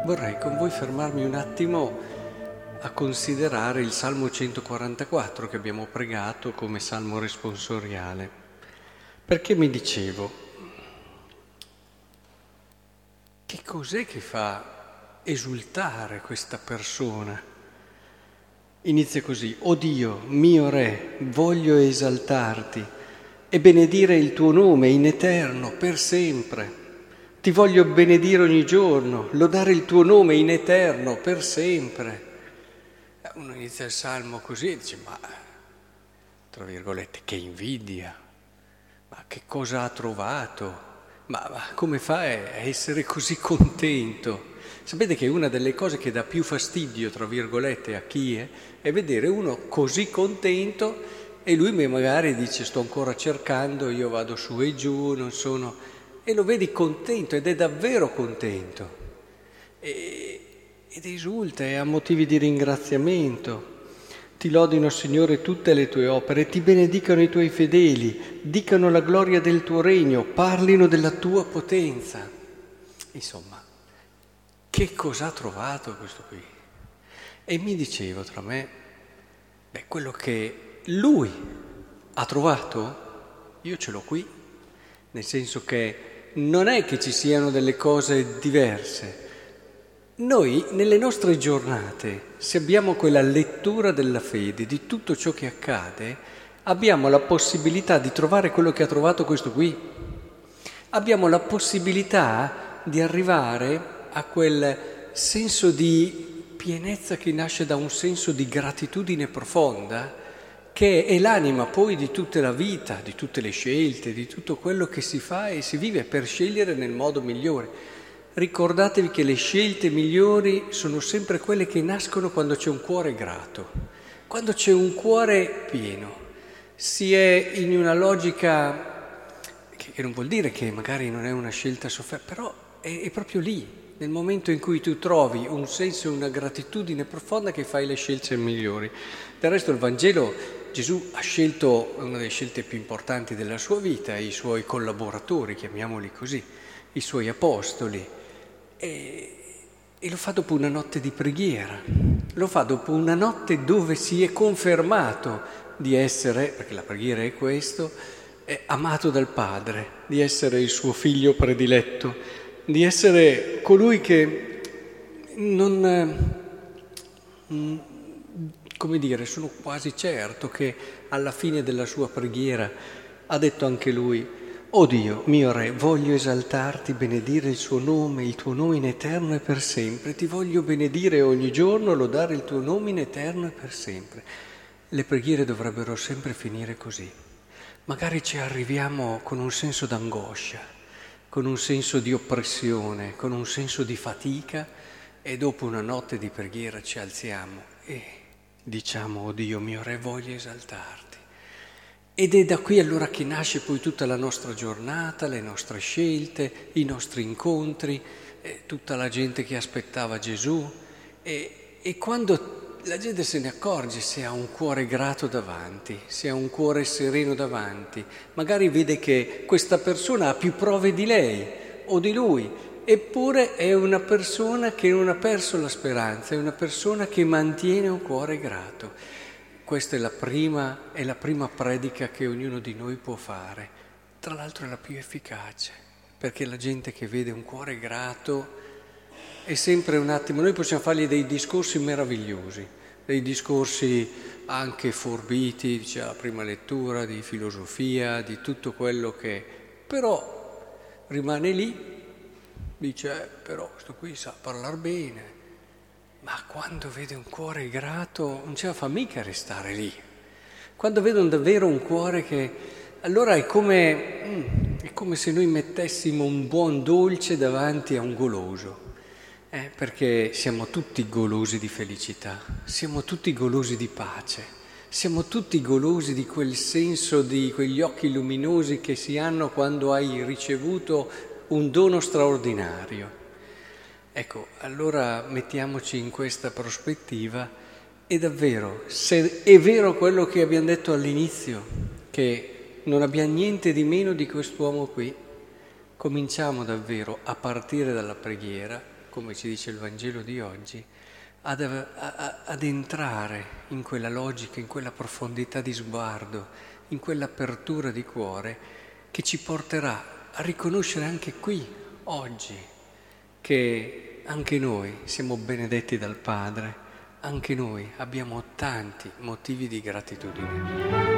vorrei con voi fermarmi un attimo a considerare il Salmo 144 che abbiamo pregato come Salmo responsoriale, perché mi dicevo, che cos'è che fa esultare questa persona? Inizia così: O Dio, mio Re, voglio esaltarti e benedire il tuo nome in eterno, per sempre. Ti voglio benedire ogni giorno, lodare il tuo nome in eterno, per sempre. Uno inizia il Salmo così e dice, ma, tra virgolette, che invidia, ma che cosa ha trovato? Ma come fa a essere così contento? Sapete che una delle cose che dà più fastidio, tra virgolette, a chi è vedere uno così contento e lui magari dice sto ancora cercando, io vado su e giù, non sono... E lo vedi contento ed è davvero contento ed esulta e ha motivi di ringraziamento. Ti lodino, Signore, tutte le tue opere, ti benedicano i tuoi fedeli, dicano la gloria del tuo regno, parlino della tua potenza. Insomma, che cosa ha trovato questo qui? E mi dicevo tra me, quello che lui ha trovato, io ce l'ho qui, nel senso che non è che ci siano delle cose diverse. Noi nelle nostre giornate, se abbiamo quella lettura della fede, di tutto ciò che accade, abbiamo la possibilità di trovare quello che ha trovato questo qui. Abbiamo la possibilità di arrivare a quel senso di pienezza che nasce da un senso di gratitudine profonda, che è l'anima poi di tutta la vita, di tutte le scelte, di tutto quello che si fa e si vive per scegliere nel modo migliore. Ricordatevi che le scelte migliori sono sempre quelle che nascono quando c'è un cuore grato, quando c'è un cuore pieno. Si è in una logica che non vuol dire che magari non è una scelta sofferta, però è proprio lì, nel momento in cui tu trovi un senso e una gratitudine profonda che fai le scelte migliori. Del resto il Vangelo, Gesù ha scelto una delle scelte più importanti della sua vita, i suoi collaboratori, chiamiamoli così, i suoi apostoli, e lo fa dopo una notte di preghiera, lo fa dopo una notte dove si è confermato di essere, perché la preghiera è questo, è amato dal Padre, di essere il suo figlio prediletto, di essere colui che come dire, sono quasi certo che alla fine della sua preghiera ha detto anche lui: O Dio, mio Re, voglio esaltarti, benedire il suo nome, il tuo nome in eterno e per sempre. Ti voglio benedire ogni giorno, lodare il tuo nome in eterno e per sempre. Le preghiere dovrebbero sempre finire così. Magari ci arriviamo con un senso d'angoscia, con un senso di oppressione, con un senso di fatica e dopo una notte di preghiera ci alziamo e diciamo: O Dio, mio Re, voglio esaltarti. Ed è da qui allora che nasce poi tutta la nostra giornata, le nostre scelte, i nostri incontri, tutta la gente che aspettava Gesù. E quando la gente se ne accorge, se ha un cuore grato davanti, se ha un cuore sereno davanti, magari vede che questa persona ha più prove di lei o di lui, eppure è una persona che non ha perso la speranza, è una persona che mantiene un cuore grato. Questa è la prima predica che ognuno di noi può fare. Tra l'altro è la più efficace, perché la gente che vede un cuore grato è sempre un attimo... Noi possiamo fargli dei discorsi meravigliosi, dei discorsi anche forbiti, dice la prima lettura, di filosofia, di tutto quello che... Però rimane lì, dice, però questo qui sa parlare bene. Ma quando vede un cuore grato non ce la fa mica restare lì. Quando vedono davvero un cuore che... Allora è come se noi mettessimo un buon dolce davanti a un goloso, perché siamo tutti golosi di felicità, siamo tutti golosi di pace, siamo tutti golosi di quel senso, di quegli occhi luminosi che si hanno quando hai ricevuto un dono straordinario. Ecco, allora mettiamoci in questa prospettiva e davvero, se è vero quello che abbiamo detto all'inizio, che non abbiamo niente di meno di quest'uomo qui, cominciamo davvero a partire dalla preghiera come ci dice il Vangelo di oggi, ad entrare in quella logica, in quella profondità di sguardo, in quell'apertura di cuore che ci porterà a riconoscere anche qui, oggi, che anche noi siamo benedetti dal Padre, anche noi abbiamo tanti motivi di gratitudine.